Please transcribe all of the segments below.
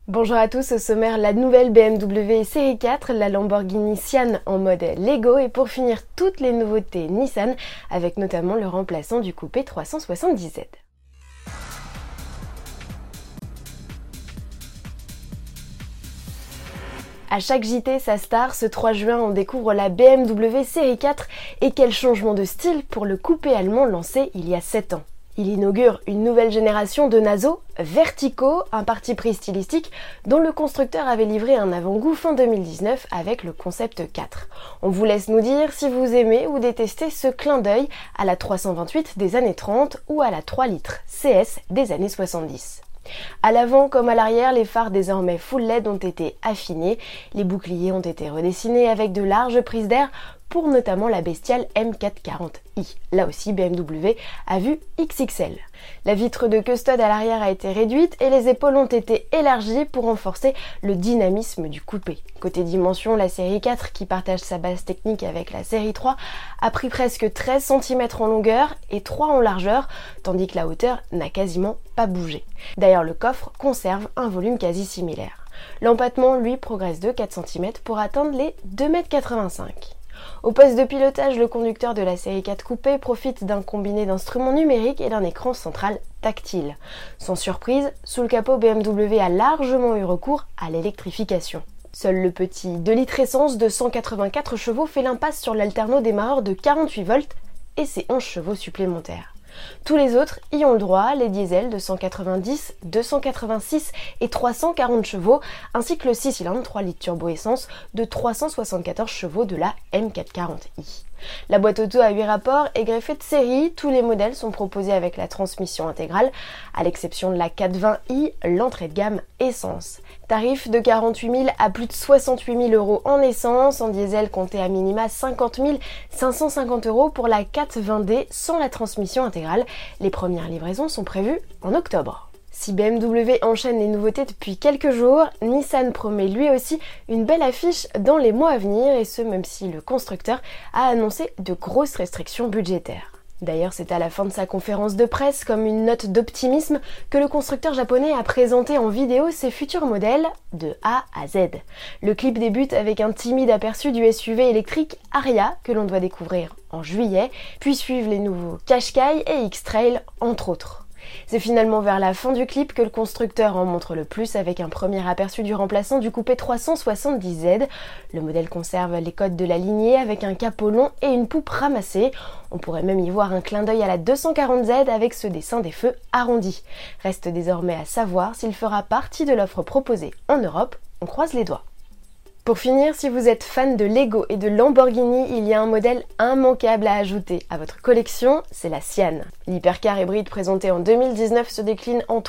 Bonjour à tous, au sommaire la nouvelle BMW série 4, la Lamborghini Sian en mode Lego et pour finir toutes les nouveautés Nissan avec notamment le remplaçant du coupé 370Z. À chaque JT, sa star, ce 3 juin, on découvre la BMW série 4 et quel changement de style pour le coupé allemand lancé il y a 7 ans. Il inaugure une nouvelle génération de Naso, Vertico, un parti pris stylistique dont le constructeur avait livré un avant-goût fin 2019 avec le concept 4. On vous laisse nous dire si vous aimez ou détestez ce clin d'œil à la 328 des années 30 ou à la 3 litres CS des années 70. À l'avant comme à l'arrière, les phares désormais full LED ont été affinés, les boucliers ont été redessinés avec de larges prises d'air pour notamment la bestiale M440i. Là aussi, BMW a vu XXL. La vitre de custode à l'arrière a été réduite et les épaules ont été élargies pour renforcer le dynamisme du coupé. Côté dimension, la série 4, qui partage sa base technique avec la série 3, a pris presque 13 cm en longueur et 3 en largeur, tandis que la hauteur n'a quasiment pas bougé. D'ailleurs, le coffre conserve un volume quasi similaire. L'empattement, lui, progresse de 4 cm pour atteindre les 2,85 m. Au poste de pilotage, le conducteur de la série 4 coupé profite d'un combiné d'instruments numériques et d'un écran central tactile. Sans surprise, sous le capot, BMW a largement eu recours à l'électrification. Seul le petit 2 litres essence de 184 chevaux fait l'impasse sur l'alterno démarreur de 48 volts et ses 11 chevaux supplémentaires. Tous les autres y ont le droit, les diesels de 190, 286 et 340 chevaux, ainsi que le 6 cylindres 3 litres turbo essence de 374 chevaux de la M440i. La boîte auto à 8 rapports est greffée de série, tous les modèles sont proposés avec la transmission intégrale, à l'exception de la 420i, l'entrée de gamme essence. Tarif de 48 000 à plus de 68 000 euros en essence, en diesel comptez à minima 50 550 euros pour la 420d sans la transmission intégrale. Les premières livraisons sont prévues en octobre. Si BMW enchaîne les nouveautés depuis quelques jours, Nissan promet lui aussi une belle affiche dans les mois à venir et ce même si le constructeur a annoncé de grosses restrictions budgétaires. D'ailleurs, c'est à la fin de sa conférence de presse, comme une note d'optimisme, que le constructeur japonais a présenté en vidéo ses futurs modèles de A à Z. Le clip débute avec un timide aperçu du SUV électrique Ariya que l'on doit découvrir en juillet, puis suivent les nouveaux Qashqai et X-Trail entre autres. C'est finalement vers la fin du clip que le constructeur en montre le plus avec un premier aperçu du remplaçant du coupé 370Z. Le modèle conserve les codes de la lignée avec un capot long et une poupe ramassée. On pourrait même y voir un clin d'œil à la 240Z avec ce dessin des feux arrondis. Reste désormais à savoir s'il fera partie de l'offre proposée en Europe. On croise les doigts. Pour finir, si vous êtes fan de Lego et de Lamborghini, il y a un modèle immanquable à ajouter à votre collection, c'est la Sian. L'hypercar hybride présenté en 2019 se décline en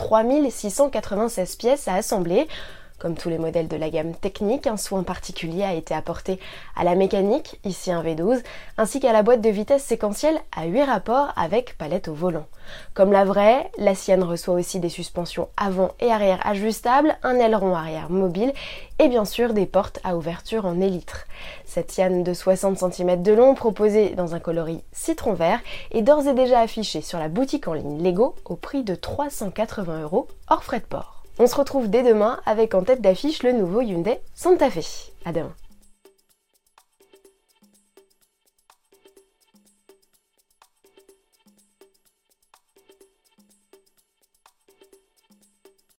3696 pièces à assembler. Comme tous les modèles de la gamme technique, un soin particulier a été apporté à la mécanique, ici un V12, ainsi qu'à la boîte de vitesse séquentielle à 8 rapports avec palette au volant. Comme la vraie, la Sian reçoit aussi des suspensions avant et arrière ajustables, un aileron arrière mobile et bien sûr des portes à ouverture en élytre. Cette Sian de 60 cm de long, proposée dans un coloris citron vert, est d'ores et déjà affichée sur la boutique en ligne Lego au prix de 380 € hors frais de port. On se retrouve dès demain avec en tête d'affiche le nouveau Hyundai Santa Fe. À demain.